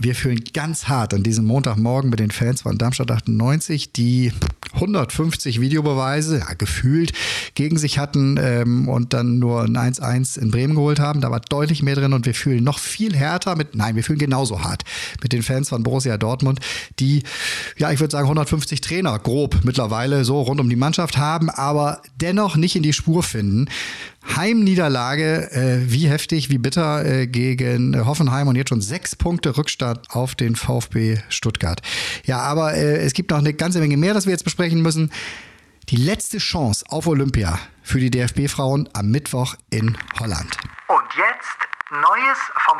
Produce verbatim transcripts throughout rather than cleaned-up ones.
wir fühlen ganz hart an diesem Montagmorgen mit den Fans von Darmstadt achtundneunzig, die hundertfünfzig Videobeweise, ja, gefühlt, gegen sich hatten ähm, und dann nur ein eins eins in Bremen geholt haben. Da war deutlich mehr drin und wir fühlen noch viel härter mit, nein, wir fühlen genauso hart mit den Fans von Borussia Dortmund, die, ja, ich würde sagen, hundertfünfzig Trainer grob mittlerweile so rund um die Mannschaft haben, aber dennoch nicht in die Spur finden. Heimniederlage, äh, wie heftig, wie bitter äh, gegen äh, Hoffenheim und jetzt schon sechs Punkte Rückstand auf den VfB Stuttgart. Ja, aber äh, es gibt noch eine ganze Menge mehr, das wir jetzt besprechen müssen. Die letzte Chance auf Olympia für die D F B-Frauen am Mittwoch in Holland. Und jetzt Neues vom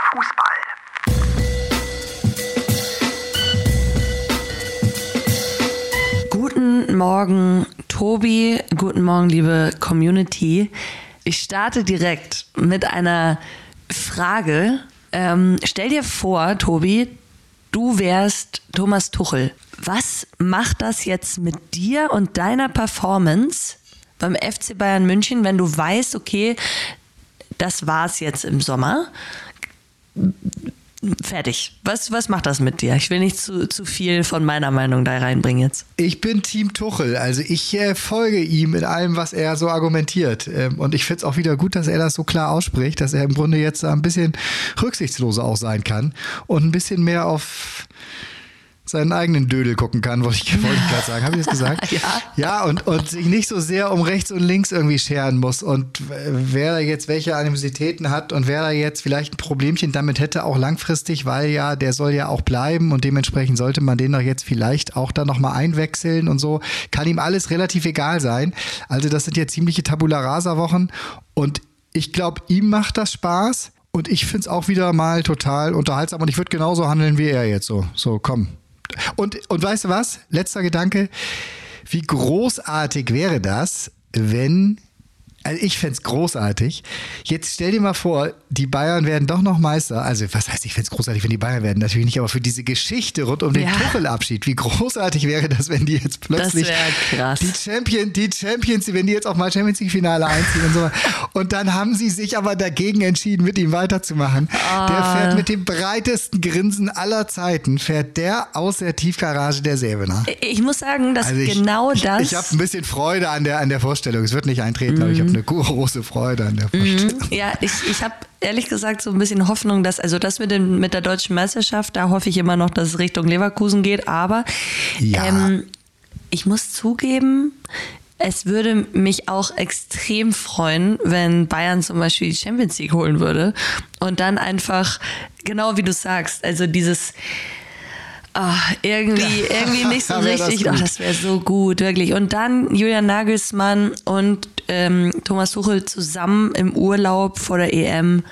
Fußball. Guten Morgen, Tobi. Guten Morgen, liebe Community. Ich starte direkt mit einer Frage. Ähm, stell dir vor, Tobi, du wärst Thomas Tuchel. Was macht das jetzt mit dir und deiner Performance beim F C Bayern München, wenn du weißt, okay, das war's jetzt im Sommer? Fertig. Was, was macht das mit dir? Ich will nicht zu, zu viel von meiner Meinung da reinbringen jetzt. Ich bin Team Tuchel. Also ich äh, folge ihm in allem, was er so argumentiert. Ähm, und ich finde es auch wieder gut, dass er das so klar ausspricht, dass er im Grunde jetzt ein bisschen rücksichtsloser auch sein kann und ein bisschen mehr auf seinen eigenen Dödel gucken kann, wollte ich, wollte ich gerade sagen. Habe ich das gesagt? Ja. Ja, und, und sich nicht so sehr um rechts und links irgendwie scheren muss. Und wer da jetzt welche Animositäten hat und wer da jetzt vielleicht ein Problemchen damit hätte, auch langfristig, weil ja, der soll ja auch bleiben und dementsprechend sollte man den doch jetzt vielleicht auch da nochmal einwechseln und so. Kann ihm alles relativ egal sein. Also das sind ja ziemliche Tabula-Rasa-Wochen und ich glaube, ihm macht das Spaß und ich finde es auch wieder mal total unterhaltsam und ich würde genauso handeln wie er jetzt so. So, komm. Und, und weißt du was? Letzter Gedanke. Wie großartig wäre das, wenn, also ich fände es großartig. Jetzt stell dir mal vor, die Bayern werden doch noch Meister. Also was heißt, ich fände es großartig, wenn die Bayern werden? Natürlich nicht, aber für diese Geschichte rund um den Ja. Tuchel-Abschied. Wie großartig wäre das, wenn die jetzt plötzlich Das wäre krass. die Champion, die Champions, wenn die jetzt auch mal Champions League-Finale einziehen und so. Und dann haben sie sich aber dagegen entschieden, mit ihm weiterzumachen. Ah. Der fährt mit dem breitesten Grinsen aller Zeiten, fährt der aus der Tiefgarage der Säbener. Ich muss sagen, dass Also ich, genau das... Ich, ich habe ein bisschen Freude an der, an der Vorstellung. Es wird nicht eintreten, aber ich habe eine große Freude an der Vorstellung. Ja, ich, ich habe ehrlich gesagt so ein bisschen Hoffnung, dass, also das mit, dem, mit der deutschen Meisterschaft, da hoffe ich immer noch, dass es Richtung Leverkusen geht, aber Ja. ähm, ich muss zugeben, es würde mich auch extrem freuen, wenn Bayern zum Beispiel die Champions League holen würde und dann einfach, genau wie du sagst, also dieses... Ah, irgendwie, irgendwie nicht so Wär das richtig. gut. Ach, das wäre so gut, wirklich. Und dann Julian Nagelsmann und ähm, Thomas Tuchel zusammen im Urlaub vor der E M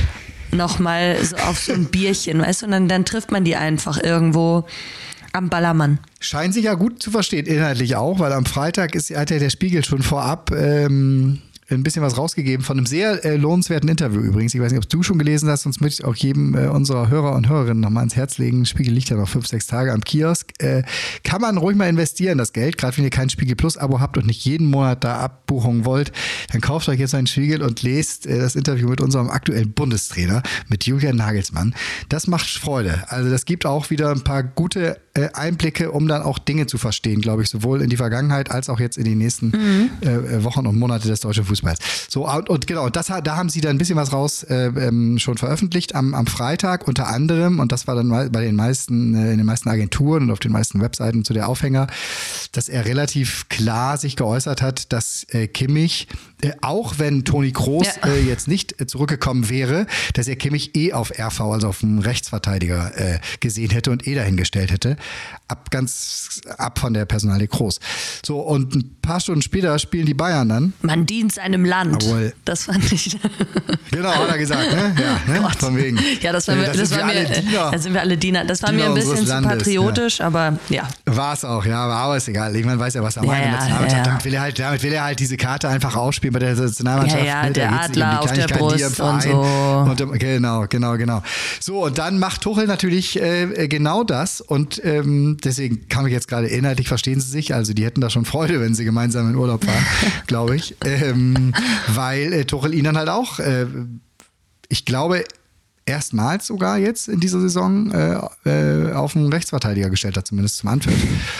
nochmal so auf so ein Bierchen, weißt du? Und dann, dann trifft man die einfach irgendwo am Ballermann. Scheint sich ja gut zu verstehen, inhaltlich auch, weil am Freitag ist, hat ja der Spiegel schon vorab ähm, ein bisschen was rausgegeben von einem sehr äh, lohnenswerten Interview übrigens. Ich weiß nicht, ob du schon gelesen hast, sonst möchte ich auch jedem äh, unserer Hörer und Hörerinnen nochmal ans Herz legen. Spiegel liegt ja noch fünf, sechs Tage am Kiosk. Äh, kann man ruhig mal investieren, das Geld, gerade wenn ihr kein Spiegel Plus Abo habt und nicht jeden Monat da Abbuchungen wollt, dann kauft euch jetzt einen Spiegel und lest äh, das Interview mit unserem aktuellen Bundestrainer, mit Julian Nagelsmann. Das macht Freude. Also das gibt auch wieder ein paar gute äh, Einblicke, um dann auch Dinge zu verstehen, glaube ich, sowohl in die Vergangenheit als auch jetzt in die nächsten mhm. äh, Wochen und Monate des deutschen Fußballs. So, und, und genau, das, da haben sie dann ein bisschen was raus äh, ähm, schon veröffentlicht am, am Freitag, unter anderem, und das war dann bei den meisten, äh, in den meisten Agenturen und auf den meisten Webseiten zu der Aufhänger, dass er relativ klar sich geäußert hat, dass äh, Kimmich, äh, auch wenn Toni Kroos ja. äh, jetzt nicht äh, zurückgekommen wäre, dass er Kimmich eh auf R V, also auf einen Rechtsverteidiger äh, gesehen hätte und eh dahingestellt hätte. Ab, ganz ab von der Personalie Kroos. So, und ein paar Stunden später spielen die Bayern dann. Man dient seinem Land. Jawohl. Das fand ich. Genau, hat er gesagt, ne? Ja, ne? Von wegen. Ja, das war mir, das das sind war wir mir, alle Diener. da sind wir alle Diener. Das war Diener mir ein bisschen zu Landes, patriotisch, ja. aber ja. War es auch, ja, aber ist egal. Ich meine, weiß ja, was er Ja, meint. ja, Nationalmannschaft, ja, ja. Damit, will er halt, damit will er halt diese Karte einfach ausspielen bei der Nationalmannschaft. Ja, ja, ne? Da der geht's nicht um Adler die auf der Kleinigkeiten, die im Brust und Verein so. Und, genau, genau, genau. So, und dann macht Tuchel natürlich äh, genau das und ähm, deswegen kann ich jetzt gerade inhaltlich, verstehen sie sich, also die hätten da schon Freude, wenn sie gemeinsam in Urlaub fahren, glaube ich, ähm, weil äh, Tuchel ihnen halt auch, äh, ich glaube, erstmals sogar jetzt in dieser Saison äh, äh, auf einen Rechtsverteidiger gestellt hat, zumindest zum Anpfiff.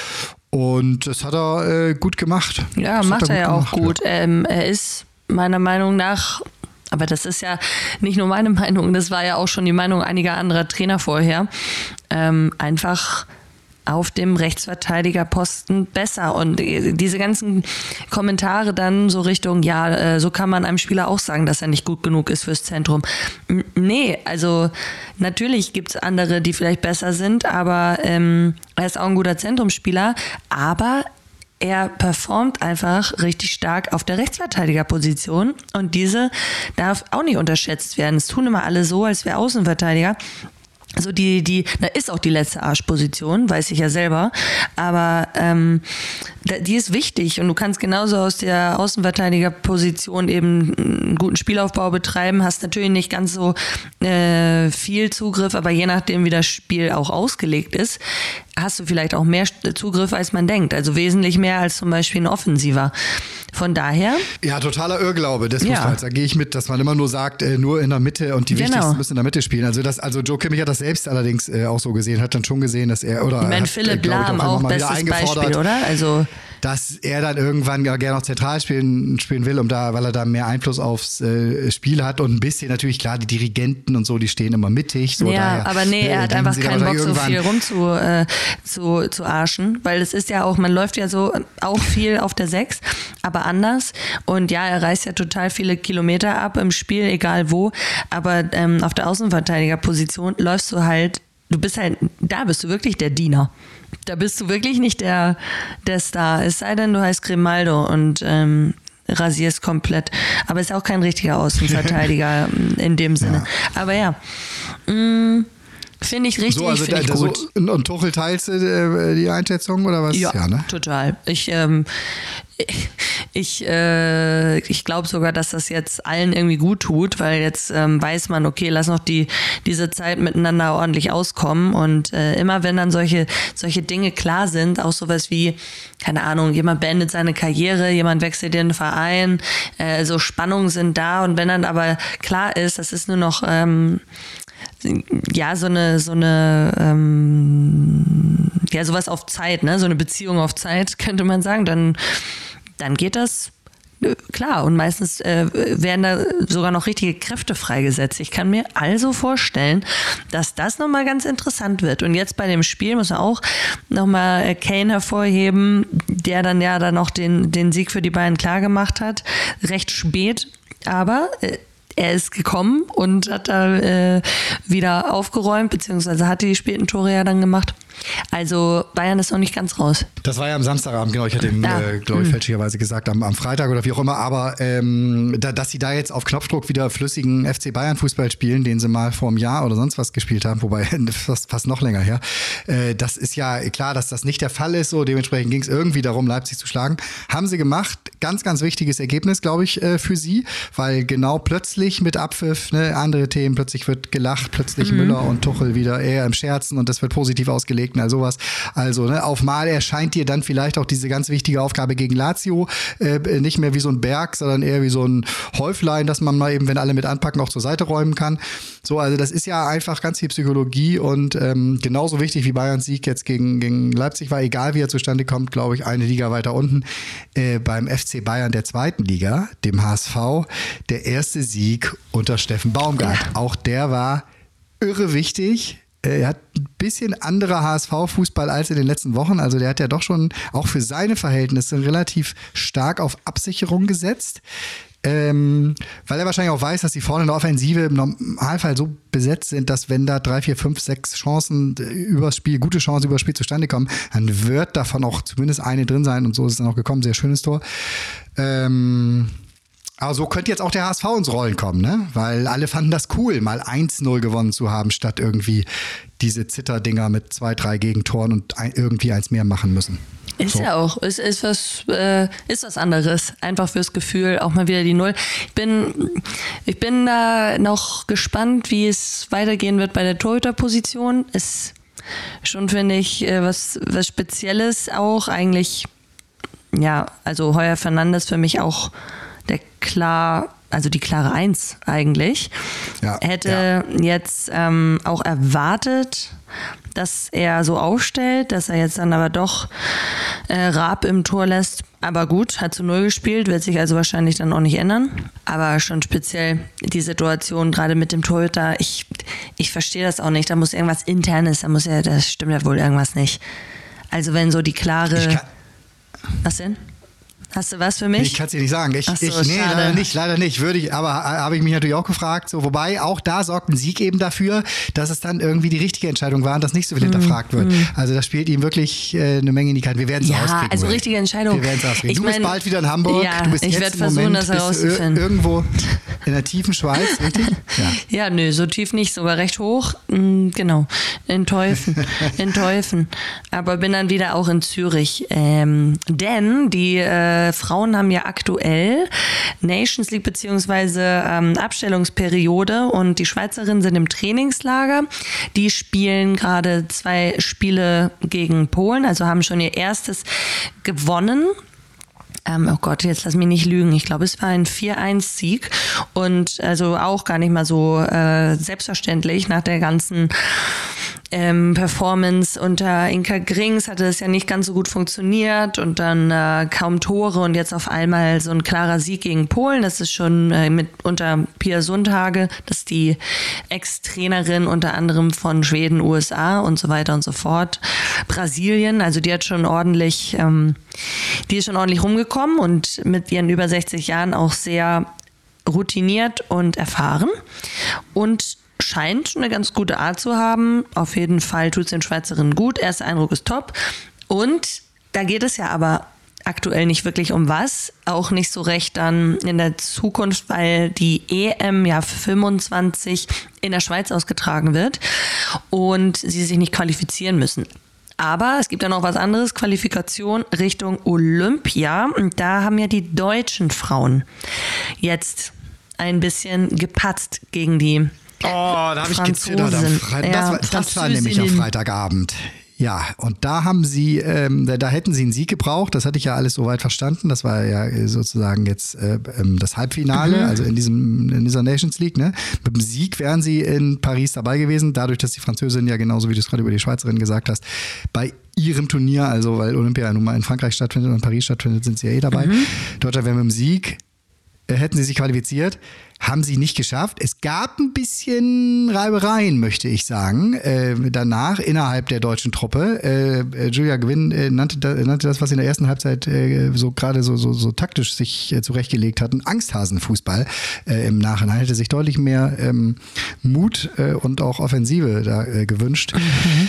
Und das hat er äh, gut gemacht. Ja, das macht er, er ja gemacht, auch gut. Ja. Ähm, er ist meiner Meinung nach, aber das ist ja nicht nur meine Meinung, das war ja auch schon die Meinung einiger anderer Trainer vorher, ähm, einfach auf dem Rechtsverteidigerposten besser. Und diese ganzen Kommentare dann so Richtung, ja, so kann man einem Spieler auch sagen, dass er nicht gut genug ist fürs Zentrum. Nee, also natürlich gibt es andere, die vielleicht besser sind, aber ähm, er ist auch ein guter Zentrumsspieler, aber er performt einfach richtig stark auf der Rechtsverteidigerposition und diese darf auch nicht unterschätzt werden. Es tun immer alle so, als wäre Außenverteidiger. Also die, die, da ist auch die letzte Arschposition, weiß ich ja selber, aber ähm, die ist wichtig und du kannst genauso aus der Außenverteidigerposition eben einen guten Spielaufbau betreiben, hast natürlich nicht ganz so äh, viel Zugriff, aber je nachdem, wie das Spiel auch ausgelegt ist, hast du vielleicht auch mehr Zugriff, als man denkt, also wesentlich mehr als zum Beispiel ein Offensiver. Von daher... Ja, totaler Irrglaube des Ja. Fußballs. Da gehe ich mit, dass man immer nur sagt, äh, nur in der Mitte und die Genau. Wichtigsten müssen in der Mitte spielen. Also das, also Joe Kimmich hat das selbst allerdings äh, auch so gesehen, hat dann schon gesehen, dass er, oder Ich meine, hat, Philipp äh, glaub ich, Lahm auch auch immer mal wieder bestes eingefordert, Beispiel, oder? Also dass er dann irgendwann ja gerne noch zentral spielen, spielen will, um da, weil er da mehr Einfluss aufs äh, Spiel hat und ein bisschen natürlich, klar, die Dirigenten und so, die stehen immer mittig. So, ja, daher, aber nee, er äh, hat denken einfach sie da keinen Bock, so wahrscheinlich viel rum zu, äh, zu, zu arschen, weil es ist ja auch, man läuft ja so auch viel auf der sechs, aber anders und ja, er reißt ja total viele Kilometer ab im Spiel, egal wo, aber ähm, auf der Außenverteidigerposition läufst du halt, du bist halt, da bist du wirklich der Diener. Da bist du wirklich nicht der, der Star, es sei denn, du heißt Grimaldo und ähm, rasierst komplett. Aber ist auch kein richtiger Außenverteidiger in dem Sinne. Ja. Aber ja, mh, finde ich richtig, so, also finde ich da, gut. So, und, und Tuchel, teilst du äh, die Einschätzung oder was? Ja, ja ne? total. Ich, ähm, ich, äh, ich glaube sogar, dass das jetzt allen irgendwie gut tut, weil jetzt ähm, weiß man, okay, lass noch die diese Zeit miteinander ordentlich auskommen und äh, immer wenn dann solche solche Dinge klar sind, auch sowas wie, keine Ahnung, jemand beendet seine Karriere, jemand wechselt den Verein, äh, so Spannungen sind da und wenn dann aber klar ist, das ist nur noch ähm, ja, so eine, so eine, ähm, ja, sowas auf Zeit, ne, so eine Beziehung auf Zeit, könnte man sagen, dann, dann geht das äh, klar und meistens äh, werden da sogar noch richtige Kräfte freigesetzt. Ich kann mir also vorstellen, dass das nochmal ganz interessant wird. Und jetzt bei dem Spiel muss man auch nochmal Kane hervorheben, der dann ja dann noch den, den Sieg für die Bayern klar gemacht hat, recht spät, aber äh, er ist gekommen und hat da äh, wieder aufgeräumt, beziehungsweise hat die späten Tore ja dann gemacht. Also Bayern ist noch nicht ganz raus. Das war ja am Samstagabend, genau. Ich hatte ihn, ja. äh, glaube ich, mhm. fälschlicherweise gesagt, am, am Freitag oder wie auch immer. Aber ähm, da, dass sie da jetzt auf Knopfdruck wieder flüssigen F C Bayern-Fußball spielen, den sie mal vor einem Jahr oder sonst was gespielt haben, wobei fast, fast noch länger her, äh, das ist ja klar, dass das nicht der Fall ist. So, dementsprechend ging es irgendwie darum, Leipzig zu schlagen. Haben sie gemacht. Ganz, ganz wichtiges Ergebnis, glaube ich, äh, für sie, weil genau plötzlich mit Abpfiff, ne, andere Themen, plötzlich wird gelacht, plötzlich mhm. Müller und Tuchel wieder eher im Scherzen und das wird positiv ausgelegt und all sowas. Also, ne, auf mal erscheint dir dann vielleicht auch diese ganz wichtige Aufgabe gegen Lazio äh, nicht mehr wie so ein Berg, sondern eher wie so ein Häuflein, dass man mal eben, wenn alle mit anpacken, auch zur Seite räumen kann. So, also das ist ja einfach ganz viel Psychologie und ähm, genauso wichtig wie Bayerns Sieg jetzt gegen, gegen Leipzig war, egal wie er zustande kommt, glaube ich, eine Liga weiter unten, äh, beim F C Bayern der zweiten Liga, dem H S V, der erste Sieg unter Steffen Baumgart. Ja. Auch der war irre wichtig. Er hat ein bisschen anderer H S V-Fußball als in den letzten Wochen. Also der hat ja doch schon auch für seine Verhältnisse relativ stark auf Absicherung gesetzt. Ähm, weil er wahrscheinlich auch weiß, dass die vorne in der Offensive im Normalfall so besetzt sind, dass wenn da drei, vier, fünf, sechs Chancen übers Spiel, gute Chancen übers Spiel zustande kommen, dann wird davon auch zumindest eine drin sein und so ist es dann auch gekommen. Sehr schönes Tor. Ähm, aber so könnte jetzt auch der H S V ins Rollen kommen, ne? Weil alle fanden das cool, mal eins null gewonnen zu haben, statt irgendwie diese Zitterdinger mit zwei, drei Gegentoren und ein, irgendwie eins mehr machen müssen. Ist so. ja auch, ist, ist, was, äh, ist was anderes. Einfach fürs Gefühl, auch mal wieder die Null. Ich bin, ich bin da noch gespannt, wie es weitergehen wird bei der Torhüterposition. Ist schon, finde ich, was, was Spezielles auch. Eigentlich, ja, also Heuer Fernandes für mich auch der klar also die klare Eins eigentlich. Ja, Hätte ja. jetzt ähm, auch erwartet, dass er so aufstellt, dass er jetzt dann aber doch äh, Raab im Tor lässt. Aber gut, hat zu Null gespielt, wird sich also wahrscheinlich dann auch nicht ändern. Aber schon speziell die Situation gerade mit dem Torhüter, ich, ich verstehe das auch nicht. Da muss irgendwas Internes, da muss ja, das stimmt ja wohl irgendwas nicht. Also wenn so die klare... Was denn? Hast du was für mich? Ich kann es dir nicht sagen. Ich, Ach so, ich, nee, schade. leider nicht, leider nicht. Würde ich, aber habe ich mich natürlich auch gefragt. So, wobei auch da sorgt ein Sieg eben dafür, dass es dann irgendwie die richtige Entscheidung war und dass nicht so viel hinterfragt wird. Also das spielt ihm wirklich äh, eine Menge in die Karte. Wir werden es Ja, rauskriegen. also Ray. richtige Entscheidung. Wir werden es rauskriegen. Ich Du bist mein, bald wieder in Hamburg. ja, du bist ich jetzt werd im versuchen, Moment das bist du herauszufinden. ir- irgendwo in der tiefen Schweiz, richtig? Ja. Ja, nö, so tief nicht, sogar recht hoch. Mm, Genau, in Teufen, in Teufen. Aber bin dann wieder auch in Zürich. Ähm, denn die äh, Frauen haben ja aktuell Nations League beziehungsweise ähm, Abstellungsperiode und die Schweizerinnen sind im Trainingslager. Die spielen gerade zwei Spiele gegen Polen, also haben schon ihr erstes gewonnen. Ähm, oh Gott, jetzt lass mich nicht lügen. Ich glaube, es war ein vier eins Sieg und also auch gar nicht mal so äh, selbstverständlich nach der ganzen ähm, Performance unter Inka Grings hatte es ja nicht ganz so gut funktioniert und dann äh, kaum Tore und jetzt auf einmal so ein klarer Sieg gegen Polen. Das ist schon äh, mit unter Pia Sundhage, das ist die Ex-Trainerin unter anderem von Schweden, U S A und so weiter und so fort. Brasilien, also die hat schon ordentlich, ähm, die ist schon ordentlich rumgekommen und mit ihren über sechzig Jahren auch sehr routiniert und erfahren und scheint eine ganz gute Art zu haben. Auf jeden Fall tut es den Schweizerinnen gut. Erster Eindruck ist top. Und da geht es ja aber aktuell nicht wirklich um was. Auch nicht so recht dann in der Zukunft, weil die E M ja fünfundzwanzig in der Schweiz ausgetragen wird und sie sich nicht qualifizieren müssen. Aber es gibt ja noch was anderes, Qualifikation Richtung Olympia. Und da haben ja die deutschen Frauen jetzt ein bisschen gepatzt gegen die Oh, da habe ich gezittert am Franzosen. Freitag. Ja, Das, war, das war nämlich am Französinnen. Freitagabend. Ja, und da haben sie, ähm, da, da hätten sie einen Sieg gebraucht. Das hatte ich ja alles soweit verstanden. Das war ja äh, sozusagen jetzt äh, ähm, das Halbfinale, Mhm. also in diesem in dieser Nations League. Ne? Mit dem Sieg wären sie in Paris dabei gewesen. Dadurch, dass die Französin ja genauso wie du es gerade über die Schweizerin gesagt hast, bei ihrem Turnier, also weil Olympia nun mal in Frankreich stattfindet und in Paris stattfindet, sind sie ja eh dabei. Mhm. Deutschland wäre mit dem Sieg, äh, hätten sie sich qualifiziert. Haben sie nicht geschafft. Es gab ein bisschen Reibereien, möchte ich sagen, äh, danach innerhalb der deutschen Truppe. Äh, Julia Gwynn äh, nannte, da, nannte das, was sie in der ersten Halbzeit äh, so gerade so, so, so taktisch sich äh, zurechtgelegt hatten, Angsthasenfußball. Äh, Im Nachhinein hätte sich deutlich mehr ähm, Mut äh, und auch Offensive da äh, gewünscht. Mhm.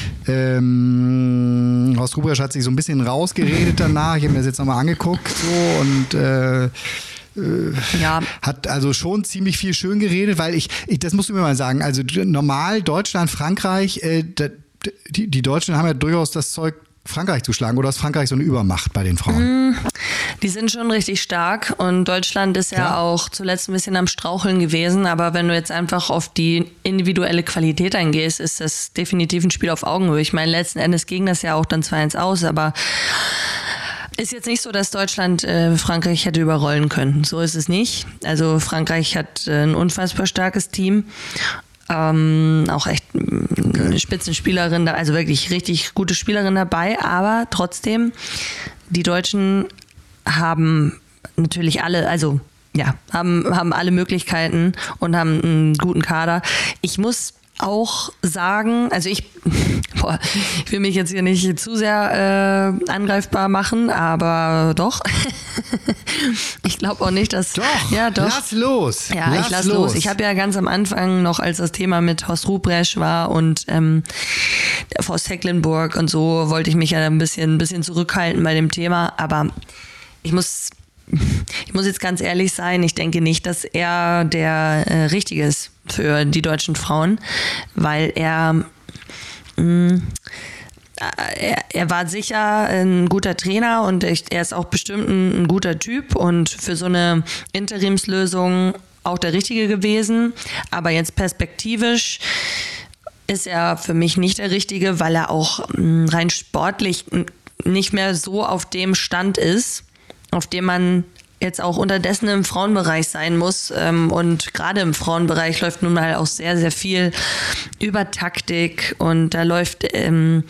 Ähm, Horst Rubesch hat sich so ein bisschen rausgeredet danach. Ich habe mir das jetzt nochmal angeguckt so und äh, Ja. hat also schon ziemlich viel schön geredet, weil ich, ich das musst du mir mal sagen, also normal Deutschland, Frankreich, äh, da, die, die Deutschen haben ja durchaus das Zeug, Frankreich zu schlagen, oder ist Frankreich so eine Übermacht bei den Frauen? Die sind schon richtig stark und Deutschland ist ja, Ja. auch zuletzt ein bisschen am Straucheln gewesen, aber wenn du jetzt einfach auf die individuelle Qualität eingehst, ist das definitiv ein Spiel auf Augenhöhe. Ich meine, letzten Endes ging das ja auch dann zwei eins aus, aber ist jetzt nicht so, dass Deutschland äh, Frankreich hätte überrollen können. So ist es nicht. Also Frankreich hat äh, ein unfassbar starkes Team. Ähm, auch echt okay. Eine Spitzenspielerin, da- also wirklich richtig gute Spielerin dabei. Aber trotzdem, die Deutschen haben natürlich alle, also ja, haben, haben alle Möglichkeiten und haben einen guten Kader. Ich muss auch sagen, also ich, boah, ich will mich jetzt hier nicht zu sehr äh, angreifbar machen, aber doch. Ich glaube auch nicht, dass... Doch, ja, doch. lass los. Ja, lass ich lass los. los. Ich habe ja ganz am Anfang noch, als das Thema mit Horst Ruprecht war und ähm, der Forst Hecklenburg und so, wollte ich mich ja ein bisschen, ein bisschen zurückhalten bei dem Thema, aber ich muss... Ich muss jetzt ganz ehrlich sein, ich denke nicht, dass er der äh, Richtige ist für die deutschen Frauen, weil er, mh, er, er war sicher ein guter Trainer und ich, er ist auch bestimmt ein, ein guter Typ und für so eine Interimslösung auch der Richtige gewesen. Aber jetzt perspektivisch ist er für mich nicht der Richtige, weil er auch mh, rein sportlich nicht mehr so auf dem Stand ist, auf dem man jetzt auch unterdessen im Frauenbereich sein muss. Ähm, und gerade im Frauenbereich läuft nun mal auch sehr, sehr viel über Taktik und da läuft ähm,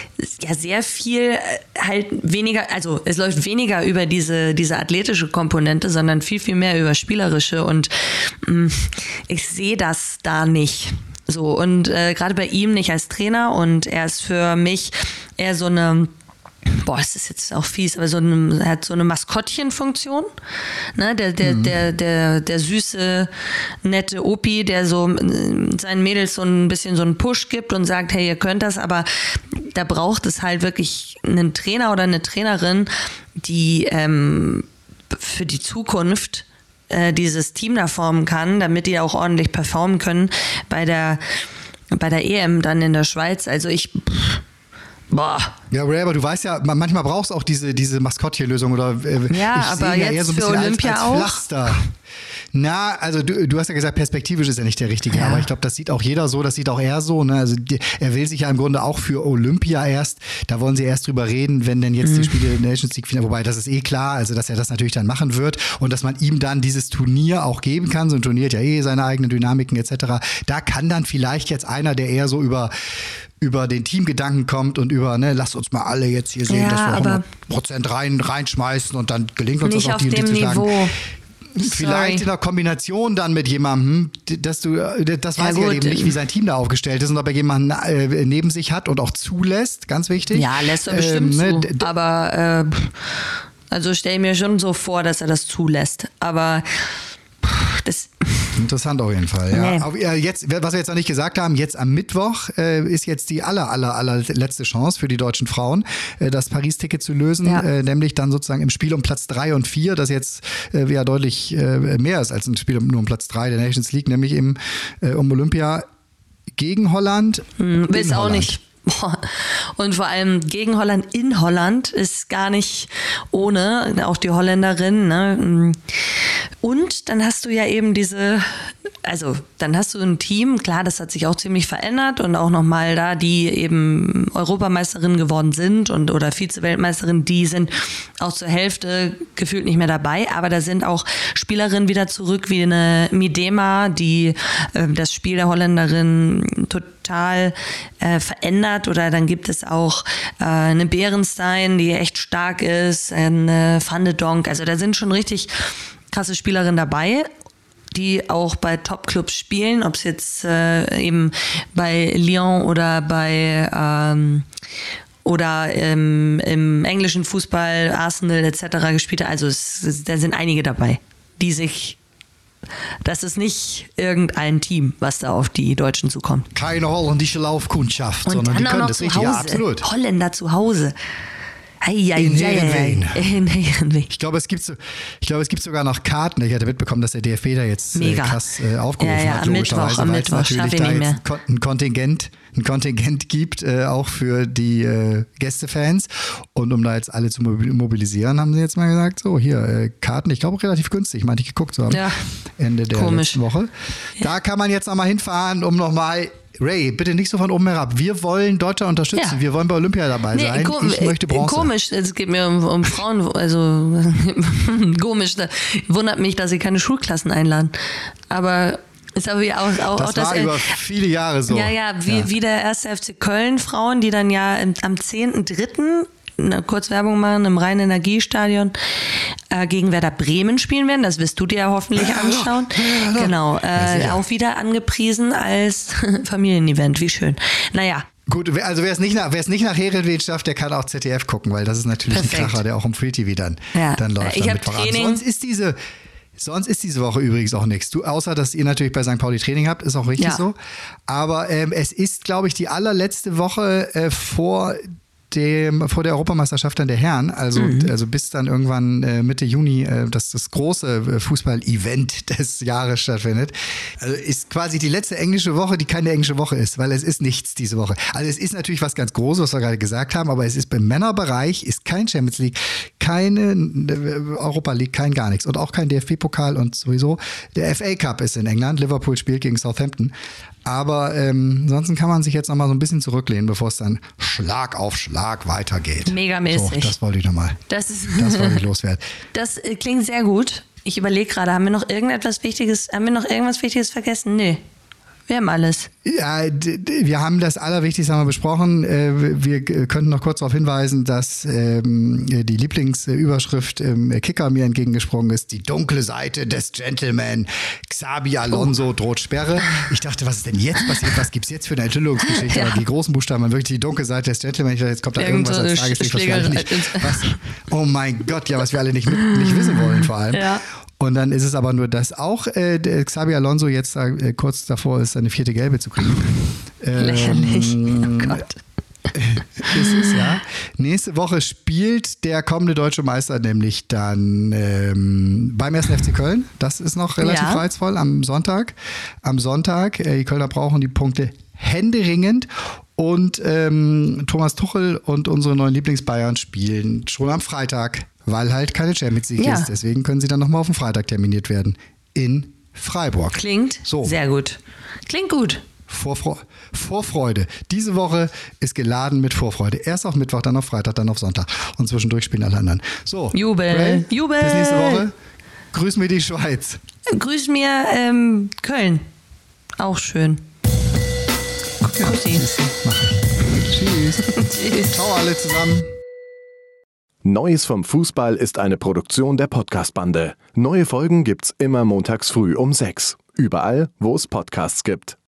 ja sehr viel halt weniger, also es läuft weniger über diese, diese athletische Komponente, sondern viel, viel mehr über spielerische und mh, ich sehe das da nicht. So, und äh, gerade bei ihm nicht als Trainer und er ist für mich eher so eine, boah, es ist jetzt auch fies, aber so eine, er hat so eine Maskottchenfunktion, ne, der, der, mhm. der, der, der süße, nette Opi, der so seinen Mädels so ein bisschen so einen Push gibt und sagt, hey, ihr könnt das, aber da braucht es halt wirklich einen Trainer oder eine Trainerin, die ähm, für die Zukunft dieses Team da formen kann, damit die auch ordentlich performen können bei der, bei der E M dann in der Schweiz. Also ich, pff, boah. Ja, Ray, aber du weißt ja, manchmal brauchst du auch diese, diese Maskottchen-Lösung oder äh, ja, ich aber sehe ja jetzt eher so ein für bisschen Olympia als, als auch? Pflaster. Na, also du, du hast ja gesagt, perspektivisch ist er nicht der Richtige, Ja. aber ich glaube, das sieht auch jeder so, das sieht auch er so. Ne? Also die, er will sich ja im Grunde auch für Olympia erst, da wollen sie erst drüber reden, wenn denn jetzt mhm. die Spiele in der Nations League Finale, wobei das ist eh klar, also dass er das natürlich dann machen wird und dass man ihm dann dieses Turnier auch geben kann. So ein Turnier hat ja eh seine eigenen Dynamiken et cetera. Da kann dann vielleicht jetzt einer, der eher so über über den Teamgedanken kommt und über, ne, lasst uns mal alle jetzt hier sehen, Ja, dass wir aber hundert Prozent rein, reinschmeißen und dann gelingt uns nicht das auch, auf die dem zu schlagen. Niveau. Vielleicht in der Kombination dann mit jemandem, dass du, das weiß Ja, ich ja gut. eben nicht, wie sein Team da aufgestellt ist und ob er jemanden äh, neben sich hat und auch zulässt, ganz wichtig. Ja, lässt er bestimmt Ähm, ne, zu. d- Aber äh, also stell mir schon so vor, dass er das zulässt. Aber pff, das Interessant auf jeden Fall. Ja. Nee. Auf, äh, jetzt, was wir jetzt noch nicht gesagt haben, jetzt am Mittwoch äh, ist jetzt die aller, aller, aller letzte Chance für die deutschen Frauen, äh, das Paris-Ticket zu lösen, Ja. äh, nämlich dann sozusagen im Spiel um Platz drei und vier, das jetzt äh, ja deutlich äh, mehr ist als ein Spiel um, nur um Platz drei der Nations League, nämlich im, äh, um Olympia gegen Holland. hm, in weiß auch Holland. nicht. Boah. Und vor allem gegen Holland in Holland ist gar nicht ohne, auch die Holländerin. Ne? Und dann hast du ja eben diese, also dann hast du ein Team, klar, das hat sich auch ziemlich verändert und auch nochmal da, die eben Europameisterin geworden sind und oder Vize-Weltmeisterin, die sind auch zur Hälfte gefühlt nicht mehr dabei, aber da sind auch Spielerinnen wieder zurück, wie eine Miedema, die äh, das Spiel der Holländerin total äh, verändert, oder dann gibt es auch äh, eine Beerenstein, die echt stark ist, eine Van de Donk, also da sind schon richtig krasse Spielerinnen dabei, die auch bei Top-Clubs spielen, ob es jetzt äh, eben bei Lyon oder bei ähm, oder ähm, im englischen Fußball, Arsenal et cetera gespielt hat. Also es, es, da sind einige dabei, die sich, das ist nicht irgendein Team, was da auf die Deutschen zukommt. Keine holländische Laufkundschaft, Und sondern dann die auch können noch das zu richtig. Hause, Ja, absolut. Holländer zu Hause. Ei, ei, In ei, ei, Heerenveen. ei. In Heerenveen. Ich glaube, es gibt so, ich glaube, es gibt sogar noch Karten. Ich hatte mitbekommen, dass der D F B da jetzt äh, Mega. krass äh, aufgerufen Ja, ja, hat, am logischerweise, Mittwoch, am weil es Mittwoch, schaff natürlich ich da nicht jetzt mehr. ein Kon- ein Kontingent, ein Kontingent gibt, äh, auch für die äh, Gästefans. Und um da jetzt alle zu mobil- mobilisieren, haben sie jetzt mal gesagt, so hier, äh, Karten, ich glaube relativ günstig, meinte ich geguckt zu haben, Ja. Ende der Komisch. letzten Woche. Da kann man jetzt nochmal hinfahren, um nochmal, Ray, bitte nicht so von oben herab. Wir wollen Deutschland unterstützen. Ja. Wir wollen bei Olympia dabei Nee, sein. kom- ich möchte Bronze. Komisch, es geht mir um, um Frauen, also komisch, da wundert mich, dass sie keine Schulklassen einladen. Aber ist aber wie auch, auch, Das auch das war über viele Jahre so. Ja, ja, wie, wie der erste F C Köln Frauen, die dann ja im, am zehnten dritten kurz Werbung machen, im Rhein-Energiestadion äh, gegen Werder Bremen spielen werden. Das wirst du dir ja hoffentlich anschauen. Genau, äh, sicher. auch wieder angepriesen als Familienevent. Wie schön. Naja, Gut, wer- also wer es nicht nach, wer es nicht nach Heerenveen schafft, der kann auch Z D F gucken, weil das ist natürlich Perfekt. ein Kracher, der auch im Free T V dann, Ja. dann läuft. Ich am hab Mittwochabend. Training. Sonst ist diese, sonst ist diese Woche übrigens auch nichts. Du, außer dass ihr natürlich bei Sankt Pauli Training habt, ist auch richtig Ja. so. Aber ähm, es ist, glaube ich, die allerletzte Woche äh, vor dem, vor der Europameisterschaft dann der Herren, also, Mhm. also bis dann irgendwann äh, Mitte Juni äh, das, das große äh, Fußball-Event des Jahres stattfindet. Also ist quasi die letzte englische Woche, die keine englische Woche ist, weil es ist nichts diese Woche. Also es ist natürlich was ganz Großes, was wir gerade gesagt haben, aber es ist beim Männerbereich ist kein Champions League, keine Europa League, kein gar nichts und auch kein D F B-Pokal und sowieso. Der F A Cup ist in England, Liverpool spielt gegen Southampton. Aber ähm, ansonsten kann man sich jetzt noch mal so ein bisschen zurücklehnen, bevor es dann Schlag auf Schlag weitergeht. Megamäßig. So, das wollte ich nochmal. Das ist das wollte ich loswerden. Das äh, klingt sehr gut. Ich überlege gerade, haben wir noch irgendetwas Wichtiges, haben wir noch irgendwas Wichtiges vergessen? Nee. Wir haben alles. Ja, d- d- wir haben das Allerwichtigste haben wir besprochen. Äh, wir k- könnten noch kurz darauf hinweisen, dass ähm, die Lieblingsüberschrift im Kicker mir entgegengesprungen ist. Die dunkle Seite des Gentleman. Xabi Alonso oh. droht Sperre. Ich dachte, was ist denn jetzt passiert? Was gibt es jetzt für eine Enthüllungsgeschichte? Ja. Aber die großen Buchstaben waren wirklich die dunkle Seite des Gentleman. Ich dachte, jetzt kommt da irgendwas als Tageslicht, was wir alle nicht... Was, oh mein Gott, ja, was wir alle nicht, mit, nicht wissen wollen vor allem. Ja. Und dann ist es aber nur, dass auch äh, der Xabi Alonso jetzt äh, kurz davor ist, seine vierte Gelbe zu kriegen. Ähm, Lächerlich. Oh Gott. Ist es, ja. Nächste Woche spielt der kommende deutsche Meister nämlich dann ähm, beim ersten F C Köln. Das ist noch relativ ja. reizvoll am Sonntag. Am Sonntag, äh, die Kölner brauchen die Punkte händeringend. Und ähm, Thomas Tuchel und unsere neuen Lieblingsbayern spielen schon am Freitag, weil halt keine Champions League ja. ist. Deswegen können sie dann nochmal auf den Freitag terminiert werden. In Freiburg. Klingt so. Sehr gut. Klingt gut. Vorfreude. Vorfreude. Diese Woche ist geladen mit Vorfreude. Erst auf Mittwoch, dann auf Freitag, dann auf Sonntag. Und zwischendurch spielen alle anderen. So. Jubel. Ray, Jubel. Bis nächste Woche. Grüß mir die Schweiz. Grüß mir ähm, Köln. Auch schön. Ja, Kussi. Mach ich. Tschüss. Tschüss. Ciao alle zusammen. Neues vom Fußball ist eine Produktion der Podcast-Bande. Neue Folgen gibt's immer montags früh um sechs. Überall, wo es Podcasts gibt.